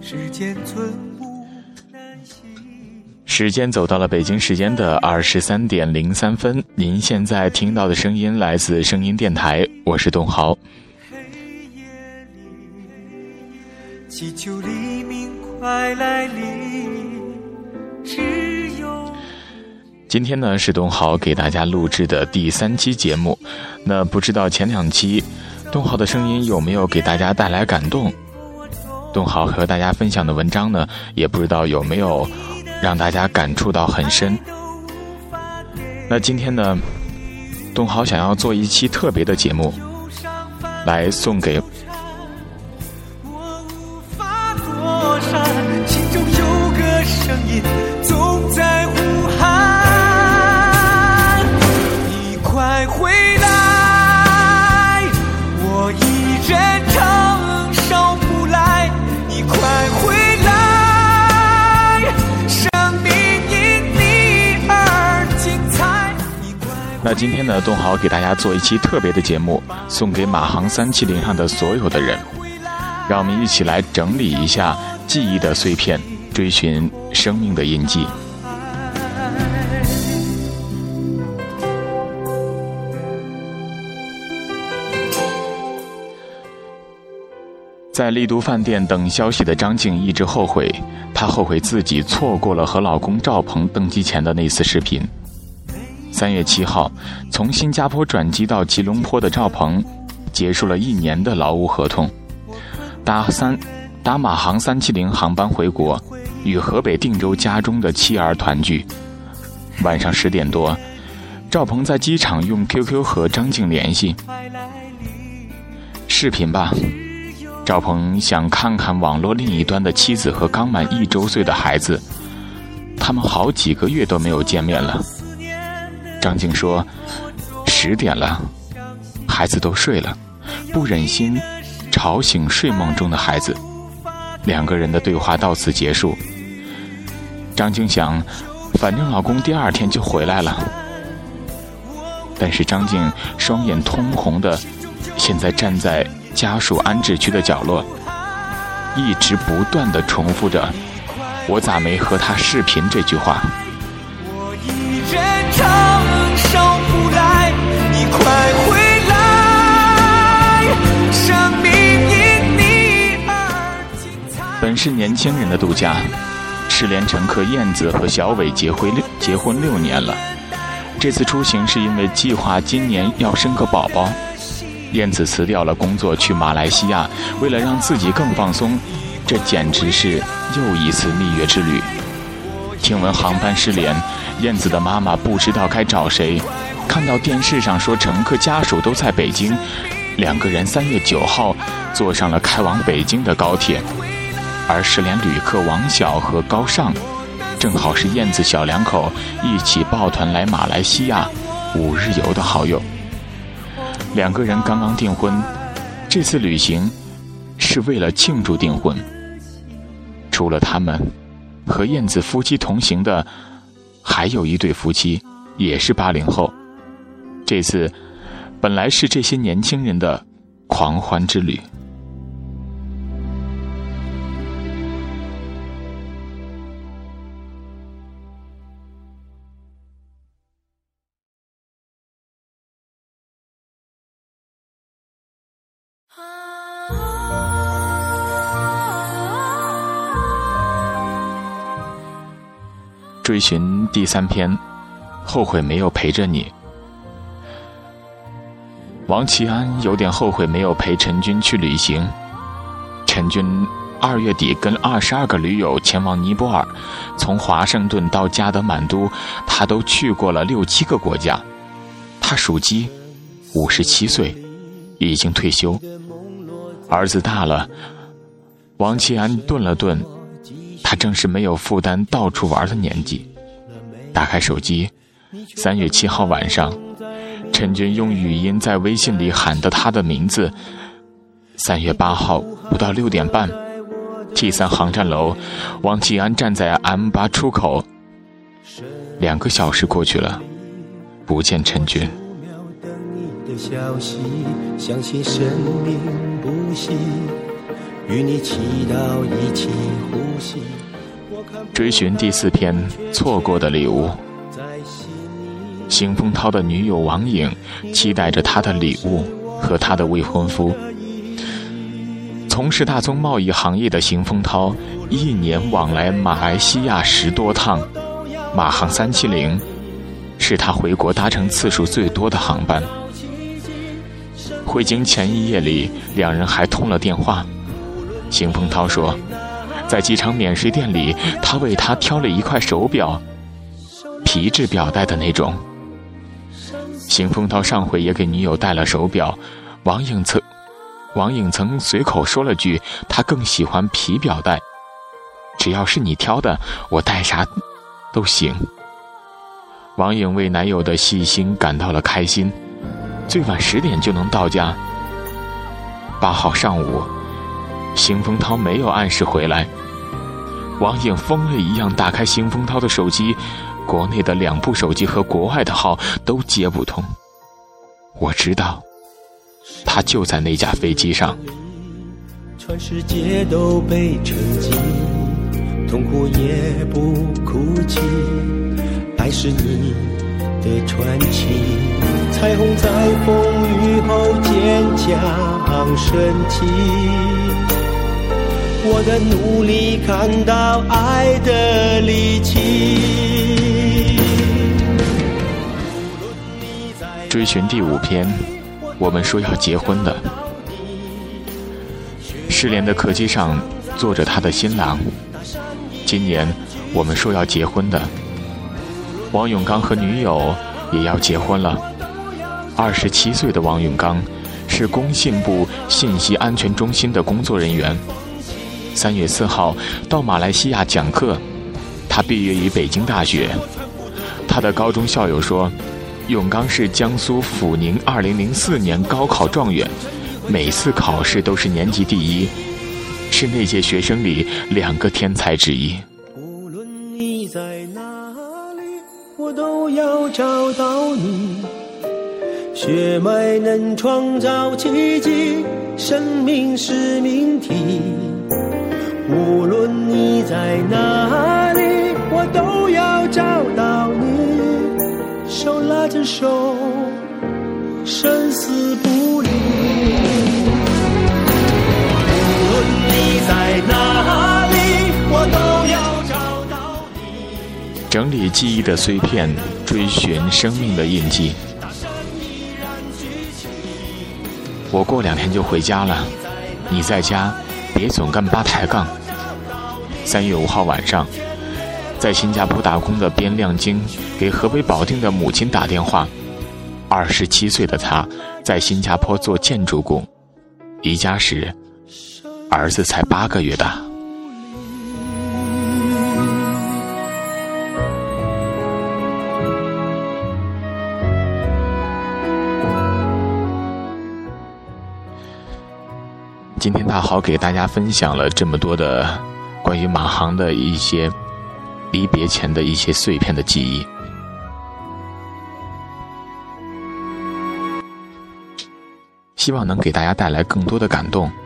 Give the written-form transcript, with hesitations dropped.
时间走到了北京时间的23点03分，您现在听到的声音来自声音电台，我是董豪。 祈求黎明快来临，只有今天呢是董豪给大家录制的第3期节目。那不知道前2期董豪的声音有没有给大家带来感动，董豪和大家分享的文章呢也不知道有没有让大家感触到很深。那今天呢董豪想要做一期特别的节目来送给心中有个声音总在呼喊，你快回来，我一人承受不来，你快回来，生命因你而精彩。 那今天呢董豪给大家做一期特别的节目，送给马航370上的所有的人，让我们一起来整理一下记忆的碎片，追寻生命的印记。在丽都饭店等消息的张静一直后悔，她后悔自己错过了和老公赵鹏登机前的那次视频。3月7号，从新加坡转机到吉隆坡的赵鹏结束了1年的劳务合同，搭马航370航班回国，与河北定州家中的妻儿团聚。晚上10点多，赵鹏在机场用 QQ 和张静联系，视频吧。赵鹏想看看网络另一端的妻子和刚满1周岁的孩子，他们好几个月都没有见面了。张静说10点了，孩子都睡了，不忍心吵醒睡梦中的孩子。2个人的对话到此结束。张静想，反正老公第2天就回来了。但是张静双眼通红的，现在站在家属安置区的角落，一直不断地重复着我咋没和他视频这句话。 我一人承受不来，你快回来，生命因你而精彩。 本是年轻人的度假，赤联乘客燕子和小伟结婚6年了。这次出行是因为计划今年要生个宝宝，燕子辞掉了工作去马来西亚，为了让自己更放松，这简直是又一次蜜月之旅。听闻航班失联，燕子的妈妈不知道该找谁，看到电视上说乘客家属都在北京，2个人3月9号坐上了开往北京的高铁，而失联旅客王晓和高尚正好是燕子小2口一起抱团来马来西亚5日游的好友。2个人刚刚订婚，这次旅行是为了庆祝订婚。除了他们，和燕子夫妻同行的还有一对夫妻，也是80后。这次本来是这些年轻人的狂欢之旅。追寻第3篇，后悔没有陪着你。王启安有点后悔没有陪陈军去旅行。陈军2月底跟22个驴友前往尼泊尔，从华盛顿到加德满都，他都去过了6、7个国家。他属鸡，57岁，已经退休。儿子大了，王启安顿了顿，他正是没有负担到处玩的年纪。打开手机，3月7号晚上，陈军用语音在微信里喊的他的名字。3月8号不到6点半， T3 航站楼，王启安站在 M8 出口。2个小时过去了，不见陈军。 消息，相信生命不息， 与你祈祷一起呼吸。 追寻第4篇，错过的礼物。邢风涛的女友王颖期待着他的礼物和他的未婚夫。从事大宗贸易行业的邢风涛一年往来马来西亚10多趟，马航370是他回国搭乘次数最多的航班。回京前一夜里，两人还通了电话。邢风涛说，在机场免税店里，他为他挑了一块手表，皮质表带的那种。邢风涛上回也给女友戴了手表，王颖曾随口说了句，他更喜欢皮表带，只要是你挑的，我戴啥都行。王颖为男友的细心感到了开心，最晚10点就能到家。8号上午，邢风涛没有按时回来，王颖疯了一样打开邢风涛的手机，国内的2部手机和国外的号都接不通。我知道他就在那架飞机上。 全世界都被沉寂，痛苦也不哭泣，爱是你的传奇，彩虹在风雨后坚强升起，我的努力看到爱的力气。 追寻第5篇，我们说要结婚的。失联的客机上坐着他的新郎，今年我们说要结婚的。王永刚和女友也要结婚了。27岁的王永刚是工信部信息安全中心的工作人员。3月4号到马来西亚讲课，他毕业于北京大学。他的高中校友说，永刚是江苏阜宁2004年高考状元，每次考试都是年级第1，是那届学生里2个天才之一。 无论你在哪里，我都要找到你，血脉能创造奇迹，生命是命题。无论你在哪里，我都要找到你，手拉着手，生死不离。无论你在哪里，我都要找到你。 整理记忆的碎片，追寻生命的印记。我过2天就回家了，你在家别总干8抬杠。3月5号晚上，在新加坡打工的边亮晶给河北保定的母亲打电话。27岁的他在新加坡做建筑工，离家时儿子才8个月大。今天大豪给大家分享了这么多的关于马航的一些离别前的一些碎片的记忆，希望能给大家带来更多的感动。